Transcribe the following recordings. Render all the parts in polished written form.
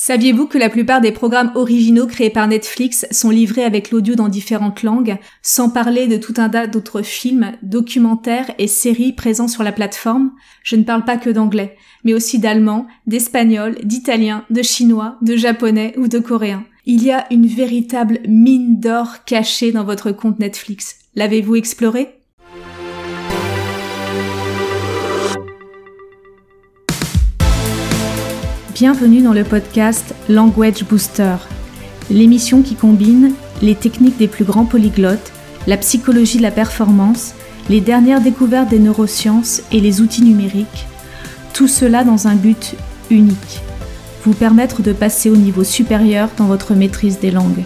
Saviez-vous que la plupart des programmes originaux créés par Netflix sont livrés avec l'audio dans différentes langues, sans parler de tout un tas d'autres films, documentaires et séries présents sur la plateforme? Je ne parle pas que d'anglais, mais aussi d'allemand, d'espagnol, d'italien, de chinois, de japonais ou de coréen. Il y a une véritable mine d'or cachée dans votre compte Netflix. L'avez-vous exploré? Bienvenue dans le podcast Language Booster, l'émission qui combine les techniques des plus grands polyglottes, la psychologie de la performance, les dernières découvertes des neurosciences et les outils numériques, tout cela dans un but unique, vous permettre de passer au niveau supérieur dans votre maîtrise des langues.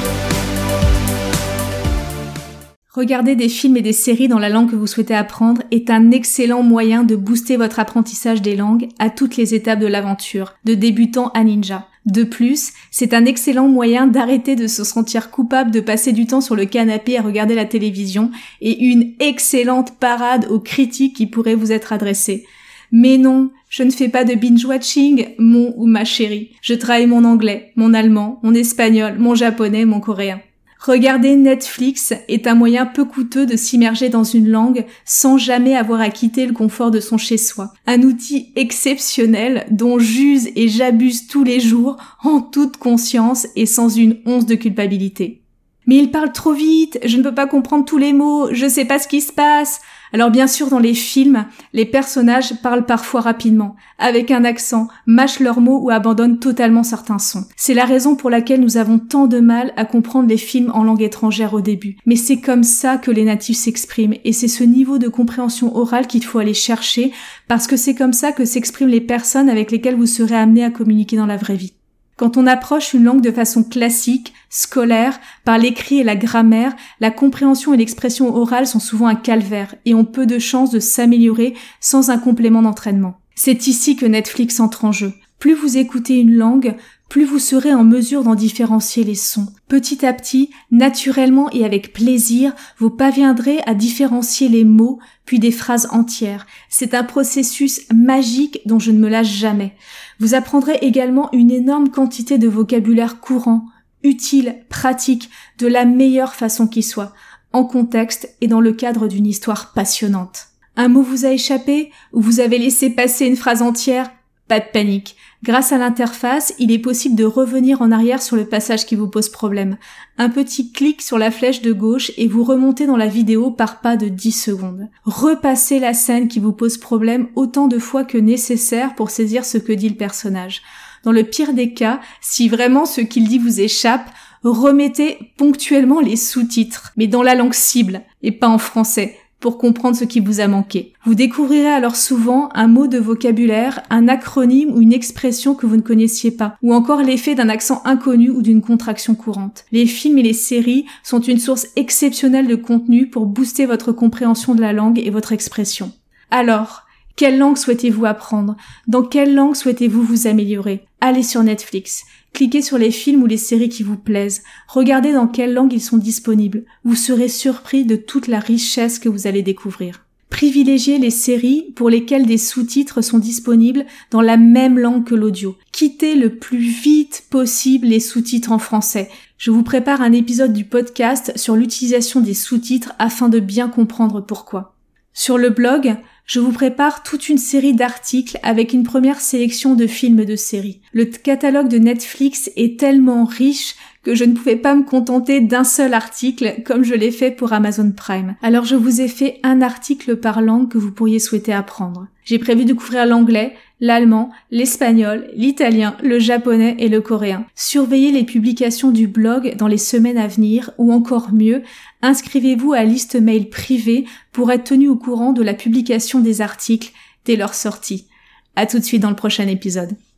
Regarder des films et des séries dans la langue que vous souhaitez apprendre est un excellent moyen de booster votre apprentissage des langues à toutes les étapes de l'aventure, de débutant à ninja. De plus, c'est un excellent moyen d'arrêter de se sentir coupable de passer du temps sur le canapé à regarder la télévision et une excellente parade aux critiques qui pourraient vous être adressées. Mais non, je ne fais pas de binge-watching, mon ou ma chérie. Je travaille mon anglais, mon allemand, mon espagnol, mon japonais, mon coréen. Regarder Netflix est un moyen peu coûteux de s'immerger dans une langue sans jamais avoir à quitter le confort de son chez-soi. Un outil exceptionnel dont j'use et j'abuse tous les jours en toute conscience et sans une once de culpabilité. Mais il parle trop vite, je ne peux pas comprendre tous les mots, je sais pas ce qui se passe. Alors bien sûr, dans les films, les personnages parlent parfois rapidement, avec un accent, mâchent leurs mots ou abandonnent totalement certains sons. C'est la raison pour laquelle nous avons tant de mal à comprendre les films en langue étrangère au début. Mais c'est comme ça que les natifs s'expriment, et c'est ce niveau de compréhension orale qu'il faut aller chercher, parce que c'est comme ça que s'expriment les personnes avec lesquelles vous serez amené à communiquer dans la vraie vie. Quand on approche une langue de façon classique, scolaire, par l'écrit et la grammaire, la compréhension et l'expression orale sont souvent un calvaire et ont peu de chances de s'améliorer sans un complément d'entraînement. C'est ici que Netflix entre en jeu. Plus vous écoutez une langue, plus vous serez en mesure d'en différencier les sons. Petit à petit, naturellement et avec plaisir, vous parviendrez à différencier les mots, puis des phrases entières. C'est un processus magique dont je ne me lâche jamais. Vous apprendrez également une énorme quantité de vocabulaire courant, utile, pratique, de la meilleure façon qui soit, en contexte et dans le cadre d'une histoire passionnante. Un mot vous a échappé ou vous avez laissé passer une phrase entière? Pas de panique. Grâce à l'interface, il est possible de revenir en arrière sur le passage qui vous pose problème. Un petit clic sur la flèche de gauche et vous remontez dans la vidéo par pas de 10 secondes. Repassez la scène qui vous pose problème autant de fois que nécessaire pour saisir ce que dit le personnage. Dans le pire des cas, si vraiment ce qu'il dit vous échappe, remettez ponctuellement les sous-titres, mais dans la langue cible et pas en français, pour comprendre ce qui vous a manqué. Vous découvrirez alors souvent un mot de vocabulaire, un acronyme ou une expression que vous ne connaissiez pas, ou encore l'effet d'un accent inconnu ou d'une contraction courante. Les films et les séries sont une source exceptionnelle de contenu pour booster votre compréhension de la langue et votre expression. Alors, quelle langue souhaitez-vous apprendre? Dans quelle langue souhaitez-vous vous améliorer? Allez sur Netflix. Cliquez sur les films ou les séries qui vous plaisent. Regardez dans quelle langue ils sont disponibles. Vous serez surpris de toute la richesse que vous allez découvrir. Privilégiez les séries pour lesquelles des sous-titres sont disponibles dans la même langue que l'audio. Quittez le plus vite possible les sous-titres en français. Je vous prépare un épisode du podcast sur l'utilisation des sous-titres afin de bien comprendre pourquoi. Sur le blog, je vous prépare toute une série d'articles avec une première sélection de films et de séries. Le catalogue de Netflix est tellement riche que je ne pouvais pas me contenter d'un seul article comme je l'ai fait pour Amazon Prime. Alors je vous ai fait un article par langue que vous pourriez souhaiter apprendre. J'ai prévu de couvrir l'anglais, l'allemand, l'espagnol, l'italien, le japonais et le coréen. Surveillez les publications du blog dans les semaines à venir ou encore mieux, inscrivez-vous à liste mail privée pour être tenu au courant de la publication des articles dès leur sortie. À tout de suite dans le prochain épisode.